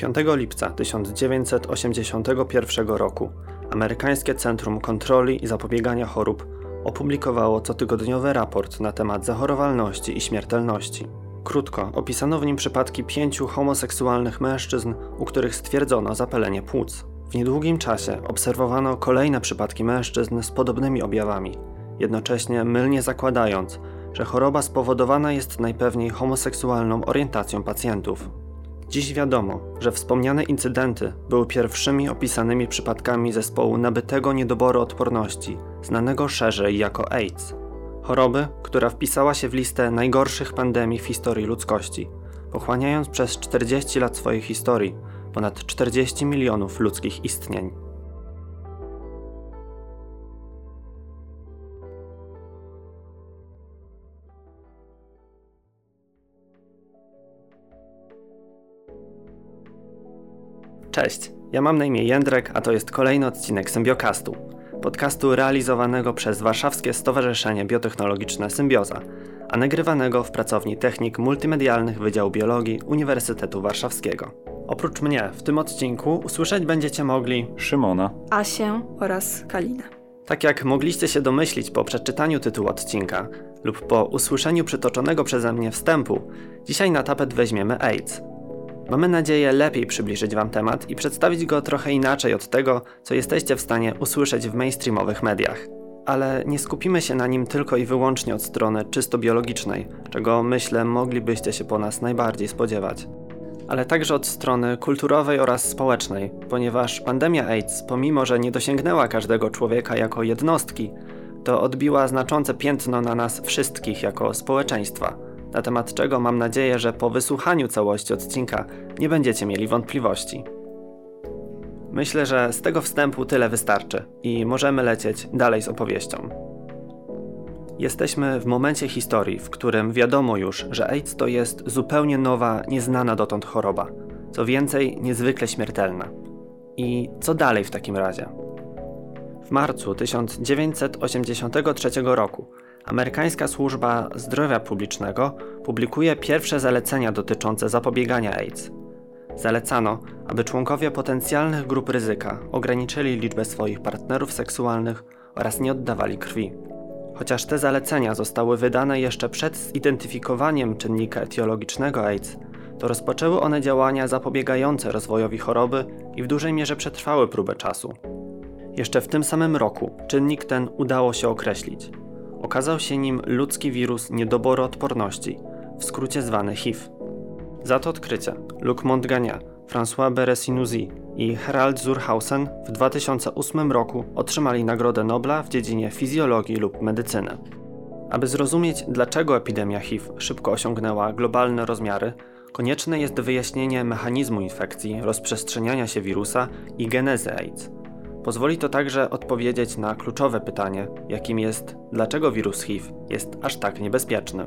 5 lipca 1981 roku Amerykańskie Centrum Kontroli i Zapobiegania Chorób opublikowało cotygodniowy raport na temat zachorowalności i śmiertelności. Krótko opisano w nim przypadki 5 homoseksualnych mężczyzn, u których stwierdzono zapalenie płuc. W niedługim czasie obserwowano kolejne przypadki mężczyzn z podobnymi objawami, jednocześnie mylnie zakładając, że choroba spowodowana jest najpewniej homoseksualną orientacją pacjentów. Dziś wiadomo, że wspomniane incydenty były pierwszymi opisanymi przypadkami zespołu nabytego niedoboru odporności, znanego szerzej jako AIDS. Choroby, która wpisała się w listę najgorszych pandemii w historii ludzkości, pochłaniając przez 40 lat swojej historii ponad 40 milionów ludzkich istnień. Cześć, ja mam na imię Jędrek, a to jest kolejny odcinek Symbiocastu, podcastu realizowanego przez Warszawskie Stowarzyszenie Biotechnologiczne Symbioza, a nagrywanego w Pracowni Technik Multimedialnych Wydziału Biologii Uniwersytetu Warszawskiego. Oprócz mnie w tym odcinku usłyszeć będziecie mogli Szymona, Asię oraz Kalinę. Tak jak mogliście się domyślić po przeczytaniu tytułu odcinka lub po usłyszeniu przytoczonego przeze mnie wstępu, dzisiaj na tapet weźmiemy AIDS. Mamy nadzieję lepiej przybliżyć Wam temat i przedstawić go trochę inaczej od tego, co jesteście w stanie usłyszeć w mainstreamowych mediach. Ale nie skupimy się na nim tylko i wyłącznie od strony czysto biologicznej, czego myślę moglibyście się po nas najbardziej spodziewać. Ale także od strony kulturowej oraz społecznej, ponieważ pandemia AIDS, pomimo że nie dosięgnęła każdego człowieka jako jednostki, to odbiła znaczące piętno na nas wszystkich jako społeczeństwa, na temat czego mam nadzieję, że po wysłuchaniu całości odcinka nie będziecie mieli wątpliwości. Myślę, że z tego wstępu tyle wystarczy i możemy lecieć dalej z opowieścią. Jesteśmy w momencie historii, w którym wiadomo już, że AIDS to jest zupełnie nowa, nieznana dotąd choroba, co więcej niezwykle śmiertelna. I co dalej w takim razie? W marcu 1983 roku Amerykańska Służba Zdrowia Publicznego publikuje pierwsze zalecenia dotyczące zapobiegania AIDS. Zalecano, aby członkowie potencjalnych grup ryzyka ograniczyli liczbę swoich partnerów seksualnych oraz nie oddawali krwi. Chociaż te zalecenia zostały wydane jeszcze przed zidentyfikowaniem czynnika etiologicznego AIDS, to rozpoczęły one działania zapobiegające rozwojowi choroby i w dużej mierze przetrwały próbę czasu. Jeszcze w tym samym roku czynnik ten udało się określić. Okazał się nim ludzki wirus niedoboru odporności, w skrócie zwany HIV. Za to odkrycie Luc Montagnier, François Beresinoussi i Harald Zurhausen w 2008 roku otrzymali Nagrodę Nobla w dziedzinie fizjologii lub medycyny. Aby zrozumieć, dlaczego epidemia HIV szybko osiągnęła globalne rozmiary, konieczne jest wyjaśnienie mechanizmu infekcji, rozprzestrzeniania się wirusa i genezy AIDS. Pozwoli to także odpowiedzieć na kluczowe pytanie, jakim jest, dlaczego wirus HIV jest aż tak niebezpieczny.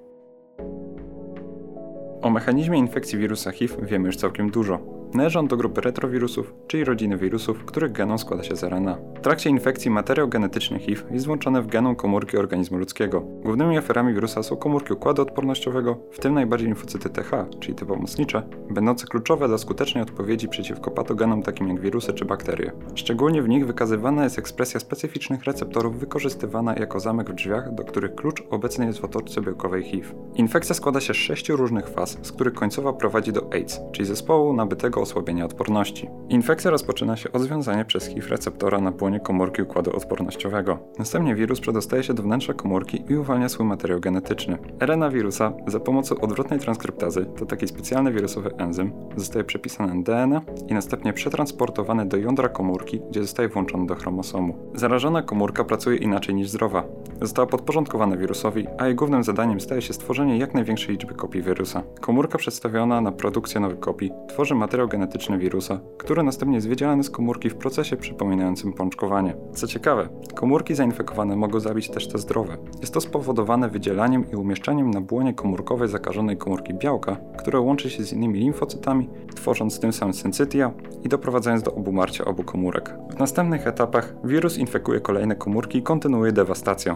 o mechanizmie infekcji wirusa HIV wiemy już całkiem dużo. Należy on do grupy retrowirusów, czyli rodziny wirusów, których genom składa się z RNA. W trakcie infekcji materiał genetyczny HIV jest włączony w genom komórki organizmu ludzkiego. Głównymi ofiarami wirusa są komórki układu odpornościowego, w tym najbardziej limfocyty TH, czyli te pomocnicze, będące kluczowe dla skutecznej odpowiedzi przeciwko patogenom takim jak wirusy czy bakterie. Szczególnie w nich wykazywana jest ekspresja specyficznych receptorów wykorzystywana jako zamek w drzwiach, do których klucz obecny jest w otoczce białkowej HIV. Infekcja składa się z 6 różnych faz, z których końcowa prowadzi do AIDS, czyli zespołu nabytego osłabienia odporności. Infekcja rozpoczyna się od związania przez HIV receptora na płonie komórki układu odpornościowego. Następnie wirus przedostaje się do wnętrza komórki i uwalnia swój materiał genetyczny. RNA wirusa za pomocą odwrotnej transkryptazy, to taki specjalny wirusowy enzym, zostaje przepisany na DNA i następnie przetransportowany do jądra komórki, gdzie zostaje włączony do chromosomu. Zarażona komórka pracuje inaczej niż zdrowa. Została podporządkowana wirusowi, a jej głównym zadaniem staje się stworzenie jak największej liczby kopii wirusa. Komórka przedstawiona na produkcję nowych kopii tworzy materiał genetyczny wirusa, który następnie jest wydzielany z komórki w procesie przypominającym pączkowanie. Co ciekawe, komórki zainfekowane mogą zabić też te zdrowe. Jest to spowodowane wydzielaniem i umieszczaniem na błonie komórkowej zakażonej komórki białka, które łączy się z innymi limfocytami, tworząc tym samym syncytia i doprowadzając do obumarcia obu komórek. W następnych etapach wirus infekuje kolejne komórki i kontynuuje dewastację.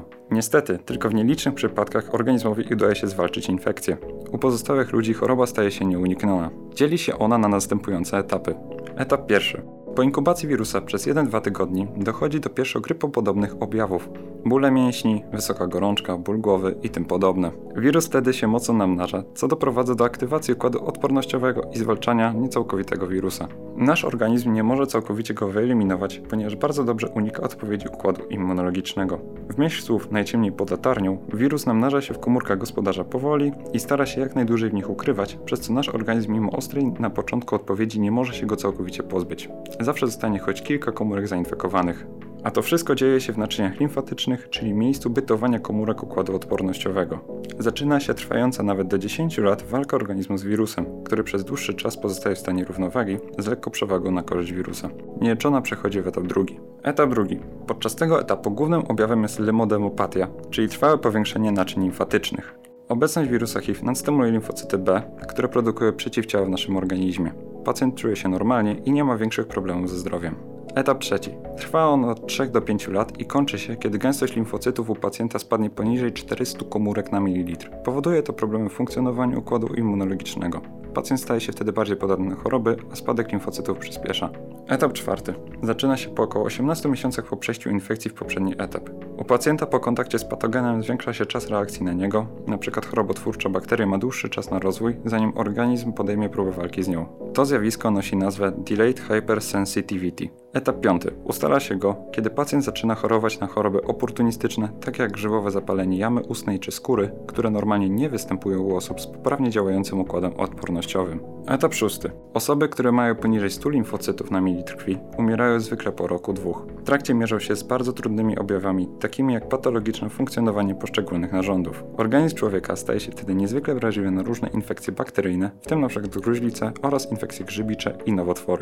Niestety, tylko w nielicznych przypadkach organizmowi udaje się zwalczyć infekcję. U pozostałych ludzi choroba staje się nieunikniona. Dzieli się ona na następujące etapy. Etap pierwszy. Po inkubacji wirusa przez 1-2 tygodni dochodzi do pierwszogrypopodobnych objawów. Bóle mięśni, wysoka gorączka, ból głowy i tym podobne. Wirus wtedy się mocno namnaża, co doprowadza do aktywacji układu odpornościowego i zwalczania niecałkowitego wirusa. Nasz organizm nie może całkowicie go wyeliminować, ponieważ bardzo dobrze unika odpowiedzi układu immunologicznego. W myśl słów najciemniej pod latarnią, wirus namnaża się w komórkach gospodarza powoli i stara się jak najdłużej w nich ukrywać, przez co nasz organizm mimo ostrej na początku odpowiedzi nie może się go całkowicie pozbyć. Zawsze zostanie choć kilka komórek zainfekowanych. A to wszystko dzieje się w naczyniach limfatycznych, czyli miejscu bytowania komórek układu odpornościowego. Zaczyna się trwająca nawet do 10 lat walka organizmu z wirusem, który przez dłuższy czas pozostaje w stanie równowagi z lekką przewagą na korzyść wirusa. Niejeczona przechodzi w etap drugi. Etap drugi. Podczas tego etapu głównym objawem jest lemodemopatia, czyli trwałe powiększenie naczyń limfatycznych. Obecność wirusa HIV nadstymuluje limfocyty B, które produkują przeciwciała w naszym organizmie. Pacjent czuje się normalnie i nie ma większych problemów ze zdrowiem. Etap trzeci. Trwa on od 3 do 5 lat i kończy się, kiedy gęstość limfocytów u pacjenta spadnie poniżej 400 komórek na mililitr. Powoduje to problemy w funkcjonowaniu układu immunologicznego. Pacjent staje się wtedy bardziej podatny na choroby, a spadek limfocytów przyspiesza. Etap czwarty. Zaczyna się po około 18 miesiącach po przejściu infekcji w poprzedni etap. U pacjenta po kontakcie z patogenem zwiększa się czas reakcji na niego, np. chorobotwórcza bakteria ma dłuższy czas na rozwój, zanim organizm podejmie próbę walki z nią. To zjawisko nosi nazwę Delayed Hypersensitivity. Etap piąty. Ustala się go, kiedy pacjent zaczyna chorować na choroby oportunistyczne, takie jak grzybowe zapalenie jamy ustnej czy skóry, które normalnie nie występują u osób z poprawnie działającym układem odpornościowym. Etap szósty. Osoby, które mają poniżej 100 limfocytów na mililitr krwi, umierają zwykle po roku, 2. W trakcie mierzą się z bardzo trudnymi objawami, takimi jak patologiczne funkcjonowanie poszczególnych narządów. Organizm człowieka staje się wtedy niezwykle wrażliwy na różne infekcje bakteryjne, w tym np. gruźlice oraz infekcje grzybicze i nowotwory.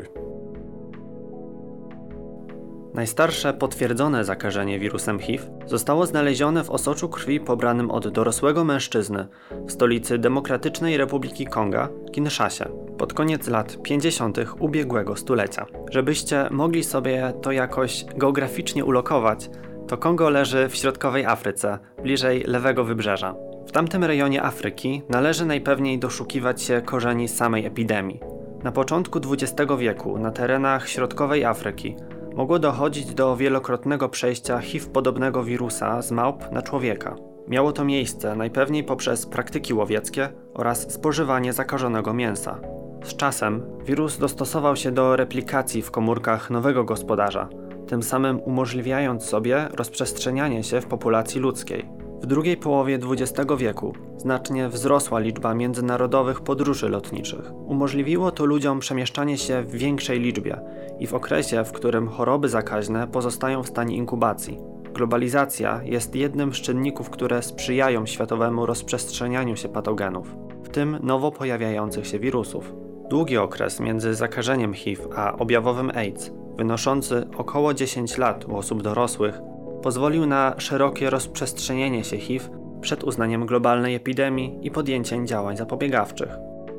Najstarsze potwierdzone zakażenie wirusem HIV zostało znalezione w osoczu krwi pobranym od dorosłego mężczyzny w stolicy Demokratycznej Republiki Konga, Kinszasie, pod koniec lat 50. ubiegłego stulecia. Żebyście mogli sobie to jakoś geograficznie ulokować, to Kongo leży w środkowej Afryce, bliżej lewego wybrzeża. W tamtym rejonie Afryki należy najpewniej doszukiwać się korzeni samej epidemii. Na początku XX wieku na terenach środkowej Afryki mogło dochodzić do wielokrotnego przejścia HIV-podobnego wirusa z małp na człowieka. Miało to miejsce najpewniej poprzez praktyki łowieckie oraz spożywanie zakażonego mięsa. Z czasem wirus dostosował się do replikacji w komórkach nowego gospodarza, tym samym umożliwiając sobie rozprzestrzenianie się w populacji ludzkiej. W drugiej połowie XX wieku znacznie wzrosła liczba międzynarodowych podróży lotniczych. Umożliwiło to ludziom przemieszczanie się w większej liczbie i w okresie, w którym choroby zakaźne pozostają w stanie inkubacji. Globalizacja jest jednym z czynników, które sprzyjają światowemu rozprzestrzenianiu się patogenów, w tym nowo pojawiających się wirusów. Długi okres między zakażeniem HIV a objawowym AIDS, wynoszący około 10 lat u osób dorosłych, pozwolił na szerokie rozprzestrzenienie się HIV przed uznaniem globalnej epidemii i podjęciem działań zapobiegawczych.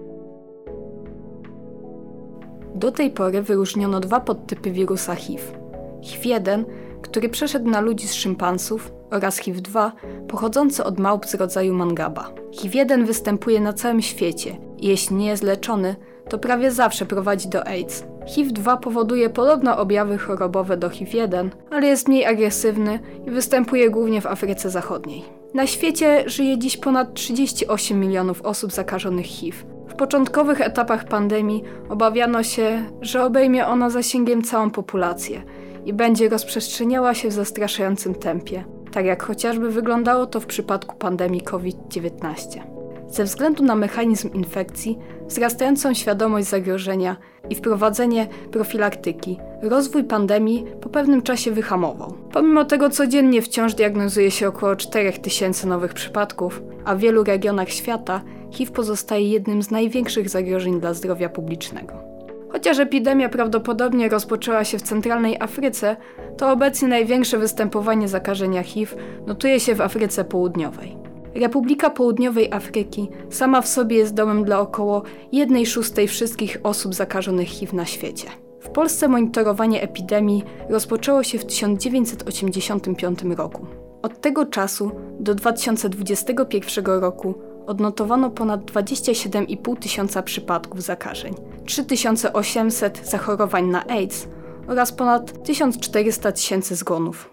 Do tej pory wyróżniono 2 podtypy wirusa HIV. HIV-1, który przeszedł na ludzi z szympansów, oraz HIV-2, pochodzący od małp z rodzaju mangaba. HIV-1 występuje na całym świecie i jeśli nie jest leczony, to prawie zawsze prowadzi do AIDS. HIV-2 powoduje podobne objawy chorobowe do HIV-1, ale jest mniej agresywny i występuje głównie w Afryce Zachodniej. Na świecie żyje dziś ponad 38 milionów osób zakażonych HIV. W początkowych etapach pandemii obawiano się, że obejmie ona zasięgiem całą populację i będzie rozprzestrzeniała się w zastraszającym tempie, tak jak chociażby wyglądało to w przypadku pandemii COVID-19. Ze względu na mechanizm infekcji, wzrastającą świadomość zagrożenia i wprowadzenie profilaktyki, rozwój pandemii po pewnym czasie wyhamował. Pomimo tego codziennie wciąż diagnozuje się około 4000 nowych przypadków, a w wielu regionach świata HIV pozostaje jednym z największych zagrożeń dla zdrowia publicznego. Chociaż epidemia prawdopodobnie rozpoczęła się w centralnej Afryce, to obecnie największe występowanie zakażenia HIV notuje się w Afryce Południowej. Republika Południowej Afryki sama w sobie jest domem dla około 1/6 wszystkich osób zakażonych HIV na świecie. W Polsce monitorowanie epidemii rozpoczęło się w 1985 roku. Od tego czasu do 2021 roku odnotowano ponad 27,5 tysiąca przypadków zakażeń, 3800 zachorowań na AIDS oraz ponad 1400 tysięcy zgonów.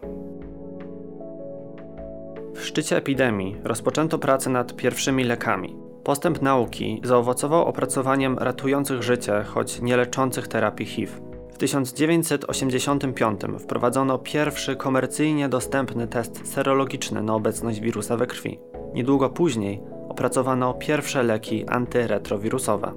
W szczycie epidemii rozpoczęto pracę nad pierwszymi lekami. Postęp nauki zaowocował opracowaniem ratujących życie, choć nie leczących terapii HIV. W 1985 wprowadzono pierwszy komercyjnie dostępny test serologiczny na obecność wirusa we krwi. Niedługo później opracowano pierwsze leki antyretrowirusowe.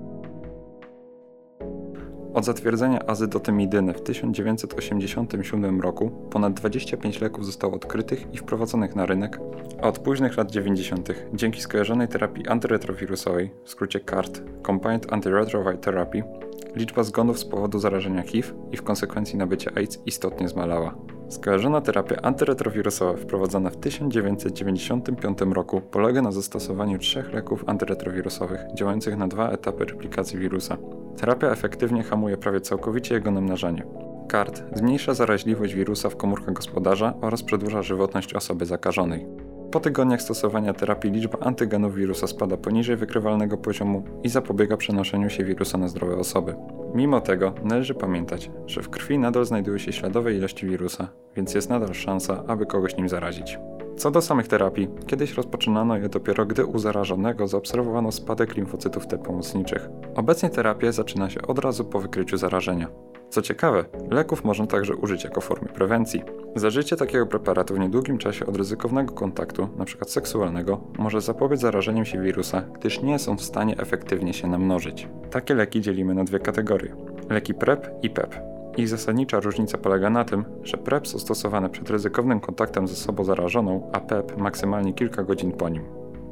Od zatwierdzenia azydotymidyny w 1987 roku ponad 25 leków zostało odkrytych i wprowadzonych na rynek, a od późnych lat 90. dzięki skojarzonej terapii antyretrowirusowej, w skrócie CART, Combined Antiretroviral Therapy, liczba zgonów z powodu zarażenia HIV i w konsekwencji nabycia AIDS istotnie zmalała. Skojarzona terapia antyretrowirusowa wprowadzona w 1995 roku polega na zastosowaniu 3 leków antyretrowirusowych działających na 2 etapy replikacji wirusa. Terapia efektywnie hamuje prawie całkowicie jego namnażanie. CART zmniejsza zaraźliwość wirusa w komórkach gospodarza oraz przedłuża żywotność osoby zakażonej. Po tygodniach stosowania terapii liczba antygenów wirusa spada poniżej wykrywalnego poziomu i zapobiega przenoszeniu się wirusa na zdrowe osoby. Mimo tego należy pamiętać, że w krwi nadal znajdują się śladowe ilości wirusa, więc jest nadal szansa, aby kogoś nim zarazić. Co do samych terapii, kiedyś rozpoczynano je dopiero gdy u zarażonego zaobserwowano spadek limfocytów T pomocniczych. Obecnie terapię zaczyna się od razu po wykryciu zarażenia. Co ciekawe, leków można także użyć jako formy prewencji. Zażycie takiego preparatu w niedługim czasie od ryzykownego kontaktu, np. seksualnego, może zapobiec zarażeniem się wirusa, gdyż nie są w stanie efektywnie się namnożyć. Takie leki dzielimy na 2 kategorie: leki PrEP i PEP. Ich zasadnicza różnica polega na tym, że PrEP są stosowane przed ryzykownym kontaktem z osobą zarażoną, a PEP maksymalnie kilka godzin po nim.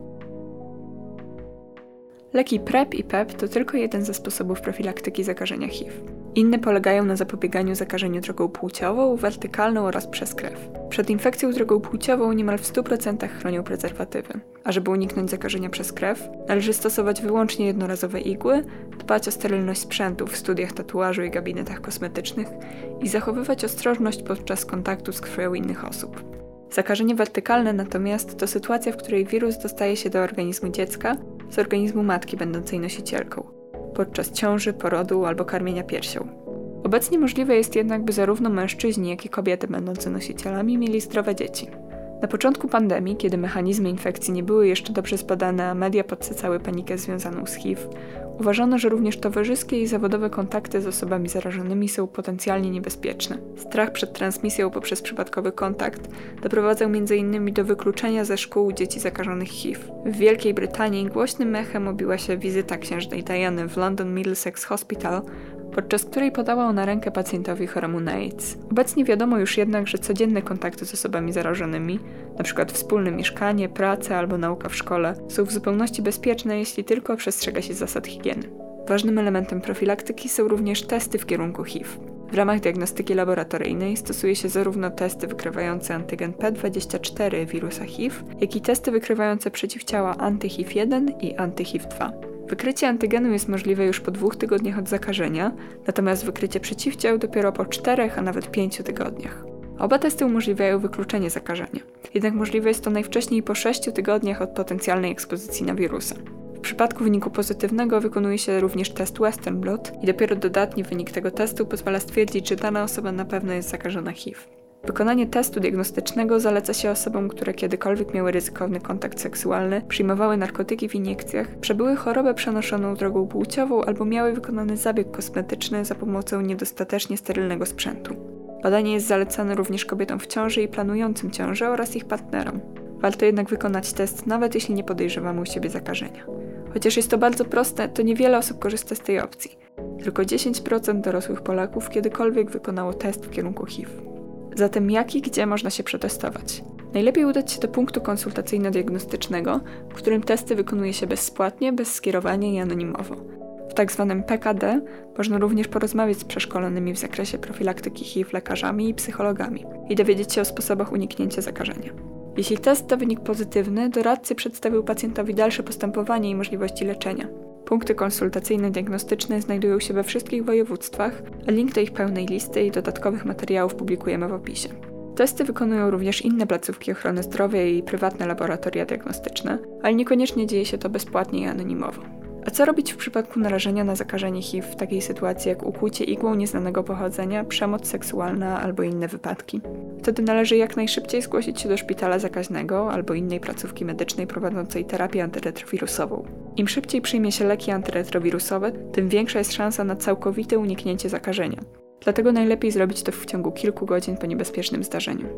Leki PrEP i PEP to tylko jeden ze sposobów profilaktyki zakażenia HIV. Inne polegają na zapobieganiu zakażeniu drogą płciową, wertykalną oraz przez krew. Przed infekcją drogą płciową niemal w 100% chronią prezerwatywy, a żeby uniknąć zakażenia przez krew, należy stosować wyłącznie jednorazowe igły, dbać o sterylność sprzętu w studiach tatuażu i gabinetach kosmetycznych i zachowywać ostrożność podczas kontaktu z krwią innych osób. Zakażenie wertykalne natomiast to sytuacja, w której wirus dostaje się do organizmu dziecka z organizmu matki będącej nosicielką, podczas ciąży, porodu albo karmienia piersią. Obecnie możliwe jest jednak, by zarówno mężczyźni, jak i kobiety będące nosicielami mieli zdrowe dzieci. Na początku pandemii, kiedy mechanizmy infekcji nie były jeszcze dobrze zbadane, a media podsycały panikę związaną z HIV, uważano, że również towarzyskie i zawodowe kontakty z osobami zarażonymi są potencjalnie niebezpieczne. Strach przed transmisją poprzez przypadkowy kontakt doprowadzał m.in. do wykluczenia ze szkół dzieci zakażonych HIV. W Wielkiej Brytanii głośnym echem obiła się wizyta księżnej Diany w London Middlesex Hospital, podczas której podała ona rękę pacjentowi choremu na AIDS. Obecnie wiadomo już jednak, że codzienne kontakty z osobami zarażonymi, np. wspólne mieszkanie, praca albo nauka w szkole, są w zupełności bezpieczne, jeśli tylko przestrzega się zasad higieny. Ważnym elementem profilaktyki są również testy w kierunku HIV. W ramach diagnostyki laboratoryjnej stosuje się zarówno testy wykrywające antygen P24 wirusa HIV, jak i testy wykrywające przeciwciała anty-HIV1 i anty-HIV2. Wykrycie antygenu jest możliwe już po 2 tygodniach od zakażenia, natomiast wykrycie przeciwciał dopiero po 4, a nawet 5 tygodniach. Oba testy umożliwiają wykluczenie zakażenia, jednak możliwe jest to najwcześniej po 6 tygodniach od potencjalnej ekspozycji na wirusa. W przypadku wyniku pozytywnego wykonuje się również test Western Blot i dopiero dodatni wynik tego testu pozwala stwierdzić, czy dana osoba na pewno jest zakażona HIV. Wykonanie testu diagnostycznego zaleca się osobom, które kiedykolwiek miały ryzykowny kontakt seksualny, przyjmowały narkotyki w iniekcjach, przebyły chorobę przenoszoną drogą płciową albo miały wykonany zabieg kosmetyczny za pomocą niedostatecznie sterylnego sprzętu. Badanie jest zalecane również kobietom w ciąży i planującym ciążę oraz ich partnerom. Warto jednak wykonać test, nawet jeśli nie podejrzewamy u siebie zakażenia. Chociaż jest to bardzo proste, to niewiele osób korzysta z tej opcji. Tylko 10% dorosłych Polaków kiedykolwiek wykonało test w kierunku HIV. Zatem jak i gdzie można się przetestować? Najlepiej udać się do punktu konsultacyjno-diagnostycznego, w którym testy wykonuje się bezpłatnie, bez skierowania i anonimowo. W tzw. PKD można również porozmawiać z przeszkolonymi w zakresie profilaktyki HIV lekarzami i psychologami i dowiedzieć się o sposobach uniknięcia zakażenia. Jeśli test to wynik pozytywny, doradcy przedstawił pacjentowi dalsze postępowanie i możliwości leczenia. Punkty konsultacyjno-diagnostyczne znajdują się we wszystkich województwach, a link do ich pełnej listy i dodatkowych materiałów publikujemy w opisie. Testy wykonują również inne placówki ochrony zdrowia i prywatne laboratoria diagnostyczne, ale niekoniecznie dzieje się to bezpłatnie i anonimowo. A co robić w przypadku narażenia na zakażenie HIV w takiej sytuacji jak ukłucie igłą nieznanego pochodzenia, przemoc seksualna albo inne wypadki? Wtedy należy jak najszybciej zgłosić się do szpitala zakaźnego albo innej placówki medycznej prowadzącej terapię antyretrowirusową. Im szybciej przyjmie się leki antyretrowirusowe, tym większa jest szansa na całkowite uniknięcie zakażenia. Dlatego najlepiej zrobić to w ciągu kilku godzin po niebezpiecznym zdarzeniu.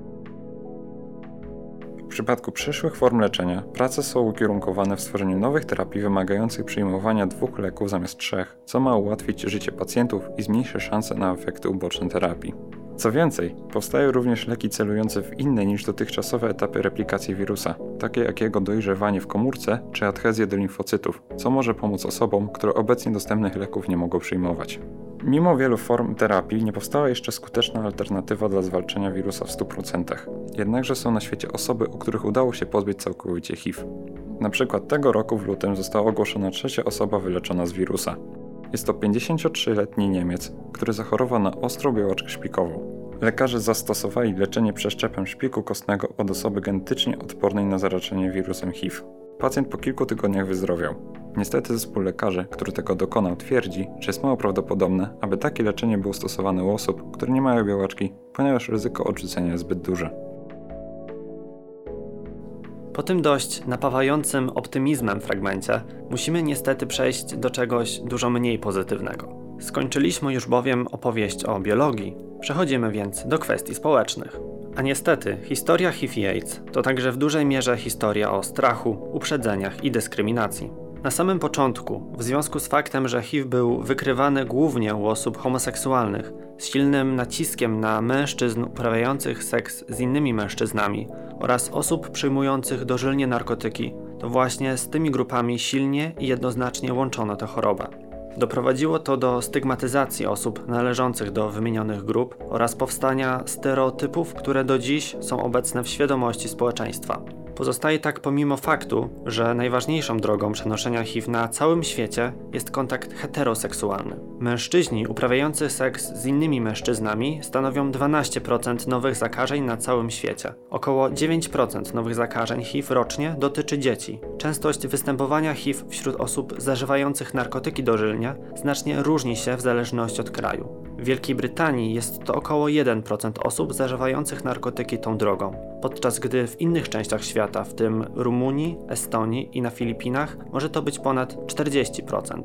W przypadku przyszłych form leczenia prace są ukierunkowane w stworzeniu nowych terapii wymagających przyjmowania 2 leków zamiast 3, co ma ułatwić życie pacjentów i zmniejszy szanse na efekty uboczne terapii. Co więcej, powstają również leki celujące w inne niż dotychczasowe etapy replikacji wirusa, takie jak jego dojrzewanie w komórce czy adhezję do limfocytów, co może pomóc osobom, które obecnie dostępnych leków nie mogą przyjmować. Mimo wielu form terapii nie powstała jeszcze skuteczna alternatywa dla zwalczenia wirusa w 100%. Jednakże są na świecie osoby, u których udało się pozbyć całkowicie HIV. Na przykład tego roku w lutym została ogłoszona 3. osoba wyleczona z wirusa. Jest to 53-letni Niemiec, który zachorował na ostrą białaczkę szpikową. Lekarze zastosowali leczenie przeszczepem szpiku kostnego od osoby genetycznie odpornej na zarażenie wirusem HIV. Pacjent po kilku tygodniach wyzdrowiał. Niestety zespół lekarzy, który tego dokonał, twierdzi, że jest mało prawdopodobne, aby takie leczenie było stosowane u osób, które nie mają białaczki, ponieważ ryzyko odrzucenia jest zbyt duże. Po tym dość napawającym optymizmem fragmencie musimy niestety przejść do czegoś dużo mniej pozytywnego. Skończyliśmy już bowiem opowieść o biologii, przechodzimy więc do kwestii społecznych. A niestety, historia HIV i AIDS to także w dużej mierze historia o strachu, uprzedzeniach i dyskryminacji. Na samym początku, w związku z faktem, że HIV był wykrywany głównie u osób homoseksualnych, z silnym naciskiem na mężczyzn uprawiających seks z innymi mężczyznami oraz osób przyjmujących dożylnie narkotyki, to właśnie z tymi grupami silnie i jednoznacznie łączono tę chorobę. Doprowadziło to do stygmatyzacji osób należących do wymienionych grup oraz powstania stereotypów, które do dziś są obecne w świadomości społeczeństwa. Pozostaje tak pomimo faktu, że najważniejszą drogą przenoszenia HIV na całym świecie jest kontakt heteroseksualny. Mężczyźni uprawiający seks z innymi mężczyznami stanowią 12% nowych zakażeń na całym świecie. Około 9% nowych zakażeń HIV rocznie dotyczy dzieci. Częstość występowania HIV wśród osób zażywających narkotyki dożylnie znacznie różni się w zależności od kraju. W Wielkiej Brytanii jest to około 1% osób zażywających narkotyki tą drogą, podczas gdy w innych częściach świata, w tym Rumunii, Estonii i na Filipinach, może to być ponad 40%.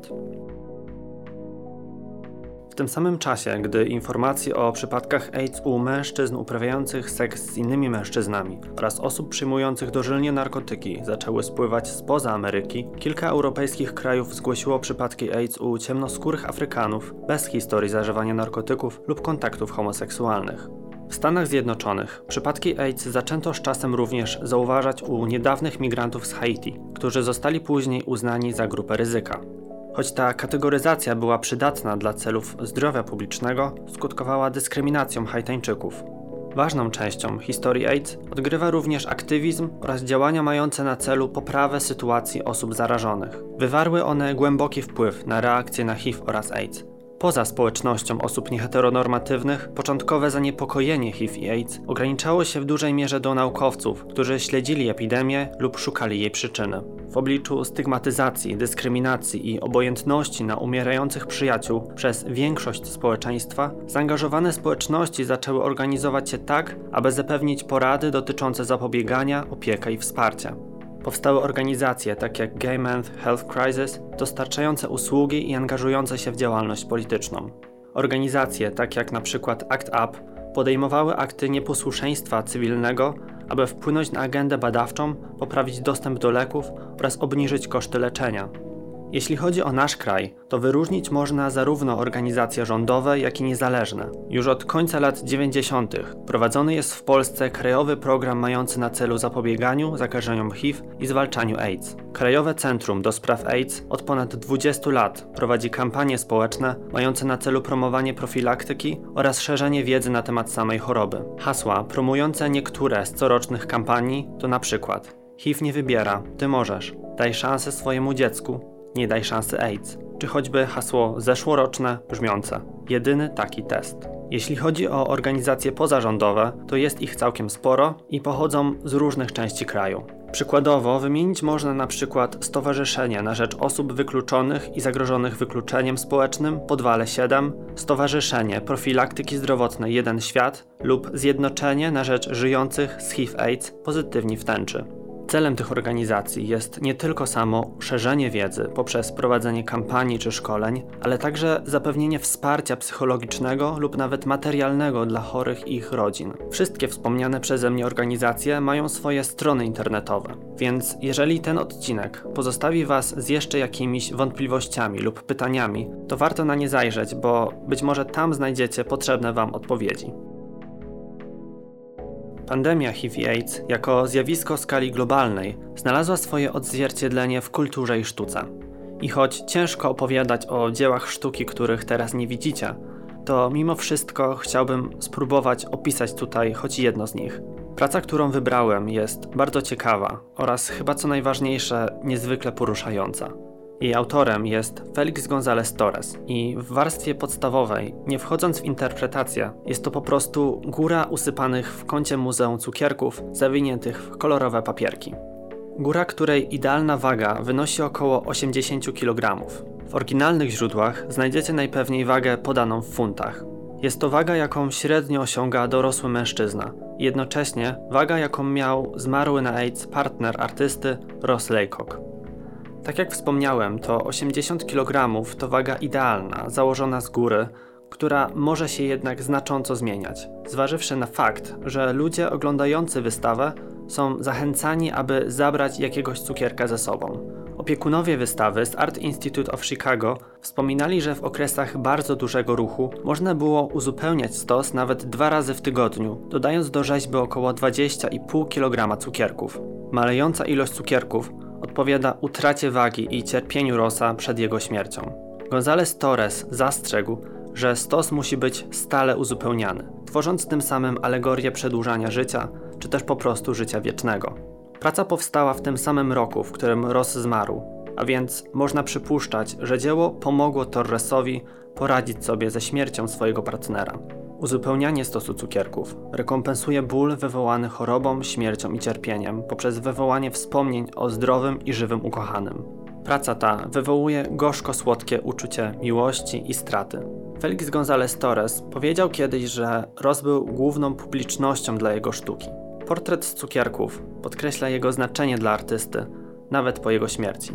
W tym samym czasie, gdy informacje o przypadkach AIDS u mężczyzn uprawiających seks z innymi mężczyznami oraz osób przyjmujących dożylnie narkotyki zaczęły spływać spoza Ameryki, kilka europejskich krajów zgłosiło przypadki AIDS u ciemnoskórych Afrykanów bez historii zażywania narkotyków lub kontaktów homoseksualnych. W Stanach Zjednoczonych przypadki AIDS zaczęto z czasem również zauważać u niedawnych migrantów z Haiti, którzy zostali później uznani za grupę ryzyka. Choć ta kategoryzacja była przydatna dla celów zdrowia publicznego, skutkowała dyskryminacją Haitańczyków. Ważną częścią historii AIDS odgrywa również aktywizm oraz działania mające na celu poprawę sytuacji osób zarażonych. Wywarły one głęboki wpływ na reakcję na HIV oraz AIDS. Poza społecznością osób nieheteronormatywnych, początkowe zaniepokojenie HIV i AIDS ograniczało się w dużej mierze do naukowców, którzy śledzili epidemię lub szukali jej przyczyny. W obliczu stygmatyzacji, dyskryminacji i obojętności na umierających przyjaciół przez większość społeczeństwa, zaangażowane społeczności zaczęły organizować się tak, aby zapewnić porady dotyczące zapobiegania, opiekę i wsparcia. Powstały organizacje takie jak Gay Men's Health Crisis, dostarczające usługi i angażujące się w działalność polityczną. Organizacje takie jak np. ACT UP podejmowały akty nieposłuszeństwa cywilnego, aby wpłynąć na agendę badawczą, poprawić dostęp do leków oraz obniżyć koszty leczenia. Jeśli chodzi o nasz kraj, to wyróżnić można zarówno organizacje rządowe, jak i niezależne. Już od końca lat 90. prowadzony jest w Polsce krajowy program mający na celu zapobieganiu zakażeniom HIV i zwalczaniu AIDS. Krajowe Centrum do Spraw AIDS od ponad 20 lat prowadzi kampanie społeczne mające na celu promowanie profilaktyki oraz szerzenie wiedzy na temat samej choroby. Hasła promujące niektóre z corocznych kampanii to na przykład HIV nie wybiera, ty możesz, daj szansę swojemu dziecku, nie daj szansy AIDS. czy choćby hasło zeszłoroczne brzmiące jedyny taki test. Jeśli chodzi o organizacje pozarządowe, to jest ich całkiem sporo i pochodzą z różnych części kraju. Przykładowo wymienić można na przykład Stowarzyszenie na rzecz Osób Wykluczonych i Zagrożonych Wykluczeniem Społecznym Podwale 7, Stowarzyszenie Profilaktyki Zdrowotnej Jeden Świat lub Zjednoczenie na rzecz Żyjących z HIV/AIDS Pozytywni w Tęczy. Celem tych organizacji jest nie tylko samo szerzenie wiedzy poprzez prowadzenie kampanii czy szkoleń, ale także zapewnienie wsparcia psychologicznego lub nawet materialnego dla chorych i ich rodzin. Wszystkie wspomniane przeze mnie organizacje mają swoje strony internetowe, więc jeżeli ten odcinek pozostawi Was z jeszcze jakimiś wątpliwościami lub pytaniami, to warto na nie zajrzeć, bo być może tam znajdziecie potrzebne Wam odpowiedzi. Pandemia HIV i AIDS jako zjawisko o skali globalnej znalazła swoje odzwierciedlenie w kulturze i sztuce. I choć ciężko opowiadać o dziełach sztuki, których teraz nie widzicie, to mimo wszystko chciałbym spróbować opisać tutaj choć jedno z nich. Praca, którą wybrałem, jest bardzo ciekawa oraz chyba co najważniejsze, niezwykle poruszająca. Jej autorem jest Félix González Torres i w warstwie podstawowej, nie wchodząc w interpretację, jest to po prostu góra usypanych w kącie muzeum cukierków, zawiniętych w kolorowe papierki. Góra, której idealna waga wynosi około 80 kg. W oryginalnych źródłach znajdziecie najpewniej wagę podaną w funtach. Jest to waga, jaką średnio osiąga dorosły mężczyzna. Jednocześnie waga, jaką miał zmarły na AIDS partner artysty Ross Laycock. Tak jak wspomniałem, to 80 kg to waga idealna, założona z góry, która może się jednak znacząco zmieniać, zważywszy na fakt, że ludzie oglądający wystawę są zachęcani, aby zabrać jakiegoś cukierka ze sobą. Opiekunowie wystawy z Art Institute of Chicago wspominali, że w okresach bardzo dużego ruchu można było uzupełniać stos nawet 2 razy w tygodniu, dodając do rzeźby około 20,5 kg cukierków. Malejąca ilość cukierków odpowiada utracie wagi i cierpieniu Rossa przed jego śmiercią. González Torres zastrzegł, że stos musi być stale uzupełniany, tworząc tym samym alegorię przedłużania życia, czy też po prostu życia wiecznego. Praca powstała w tym samym roku, w którym Ross zmarł, a więc można przypuszczać, że dzieło pomogło Torresowi poradzić sobie ze śmiercią swojego partnera. Uzupełnianie stosu cukierków rekompensuje ból wywołany chorobą, śmiercią i cierpieniem poprzez wywołanie wspomnień o zdrowym i żywym ukochanym. Praca ta wywołuje gorzko-słodkie uczucie miłości i straty. Félix González Torres powiedział kiedyś, że Ross był główną publicznością dla jego sztuki. Portret z cukierków podkreśla jego znaczenie dla artysty, nawet po jego śmierci.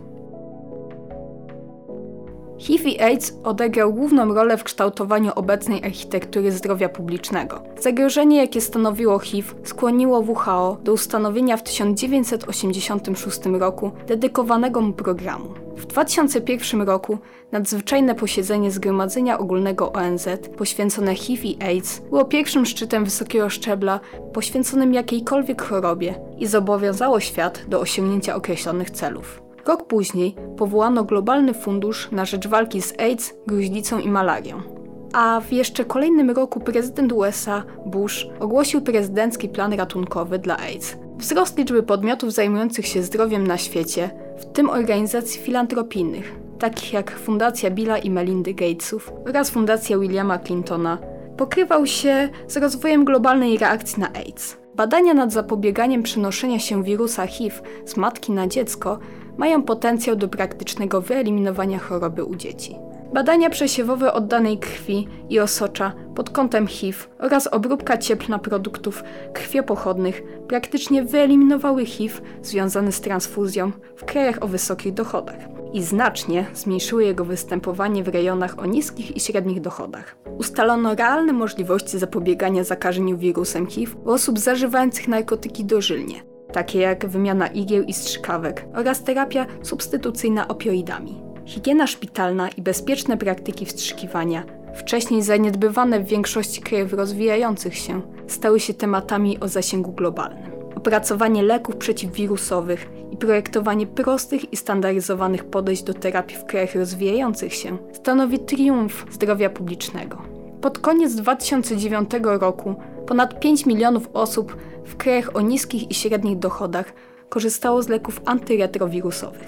HIV i AIDS odegrał główną rolę w kształtowaniu obecnej architektury zdrowia publicznego. Zagrożenie, jakie stanowiło HIV, skłoniło WHO do ustanowienia w 1986 roku dedykowanego mu programu. W 2001 roku nadzwyczajne posiedzenie Zgromadzenia Ogólnego ONZ poświęcone HIV i AIDS było pierwszym szczytem wysokiego szczebla poświęconym jakiejkolwiek chorobie i zobowiązało świat do osiągnięcia określonych celów. Rok później powołano globalny fundusz na rzecz walki z AIDS, gruźlicą i malarią. A w jeszcze kolejnym roku prezydent USA Bush ogłosił prezydencki plan ratunkowy dla AIDS. Wzrost liczby podmiotów zajmujących się zdrowiem na świecie, w tym organizacji filantropijnych, takich jak Fundacja Billa i Melindy Gatesów oraz Fundacja Williama Clintona, pokrywał się z rozwojem globalnej reakcji na AIDS. Badania nad zapobieganiem przenoszenia się wirusa HIV z matki na dziecko mają potencjał do praktycznego wyeliminowania choroby u dzieci. Badania przesiewowe oddanej krwi i osocza pod kątem HIV oraz obróbka cieplna produktów krwiopochodnych praktycznie wyeliminowały HIV związany z transfuzją w krajach o wysokich dochodach i znacznie zmniejszyły jego występowanie w rejonach o niskich i średnich dochodach. Ustalono realne możliwości zapobiegania zakażeniu wirusem HIV u osób zażywających narkotyki dożylnie, takie jak wymiana igieł i strzykawek oraz terapia substytucyjna opioidami. Higiena szpitalna i bezpieczne praktyki wstrzykiwania, wcześniej zaniedbywane w większości krajów rozwijających się, stały się tematami o zasięgu globalnym. Opracowanie leków przeciwwirusowych i projektowanie prostych i standaryzowanych podejść do terapii w krajach rozwijających się stanowi triumf zdrowia publicznego. Pod koniec 2009 roku ponad 5 milionów osób w krajach o niskich i średnich dochodach korzystało z leków antyretrowirusowych.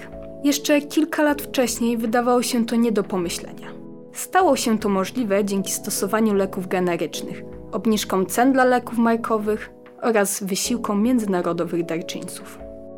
Jeszcze kilka lat wcześniej wydawało się to nie do pomyślenia. Stało się to możliwe dzięki stosowaniu leków generycznych, obniżkom cen dla leków markowych oraz wysiłkom międzynarodowych darczyńców.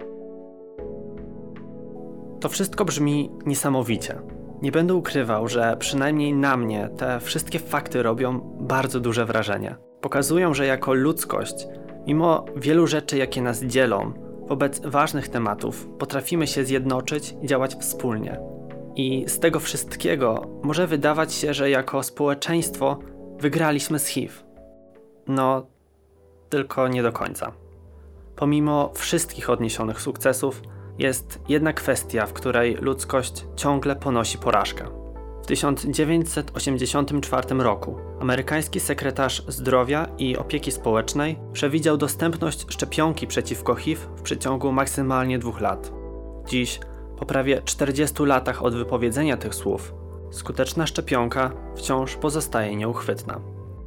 To wszystko brzmi niesamowicie. Nie będę ukrywał, że przynajmniej na mnie te wszystkie fakty robią bardzo duże wrażenie. Pokazują, że jako ludzkość, mimo wielu rzeczy, jakie nas dzielą, wobec ważnych tematów potrafimy się zjednoczyć i działać wspólnie. I z tego wszystkiego może wydawać się, że jako społeczeństwo wygraliśmy z HIV. No, tylko nie do końca. Pomimo wszystkich odniesionych sukcesów, jest jedna kwestia, w której ludzkość ciągle ponosi porażkę. W 1984 roku amerykański sekretarz zdrowia i opieki społecznej przewidział dostępność szczepionki przeciwko HIV w przeciągu maksymalnie 2 lat. Dziś, po prawie 40 latach od wypowiedzenia tych słów, skuteczna szczepionka wciąż pozostaje nieuchwytna.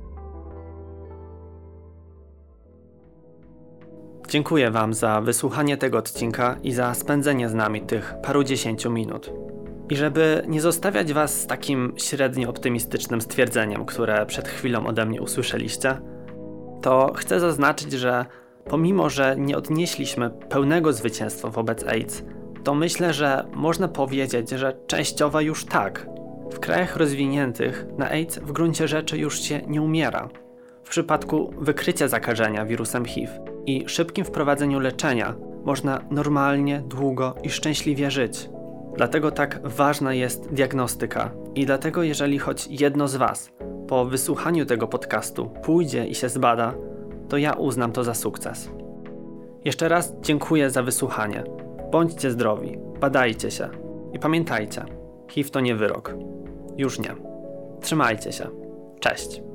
Dziękuję Wam za wysłuchanie tego odcinka i za spędzenie z nami tych parudziesięciu minut. I żeby nie zostawiać Was z takim średnio optymistycznym stwierdzeniem, które przed chwilą ode mnie usłyszeliście, to chcę zaznaczyć, że pomimo, że nie odnieśliśmy pełnego zwycięstwa wobec AIDS, to myślę, że można powiedzieć, że częściowo już tak. W krajach rozwiniętych na AIDS w gruncie rzeczy już się nie umiera. W przypadku wykrycia zakażenia wirusem HIV i szybkim wprowadzeniu leczenia można normalnie, długo i szczęśliwie żyć. Dlatego tak ważna jest diagnostyka i dlatego jeżeli choć jedno z Was po wysłuchaniu tego podcastu pójdzie i się zbada, to ja uznam to za sukces. Jeszcze raz dziękuję za wysłuchanie. Bądźcie zdrowi, badajcie się i pamiętajcie, HIV to nie wyrok. Już nie. Trzymajcie się. Cześć.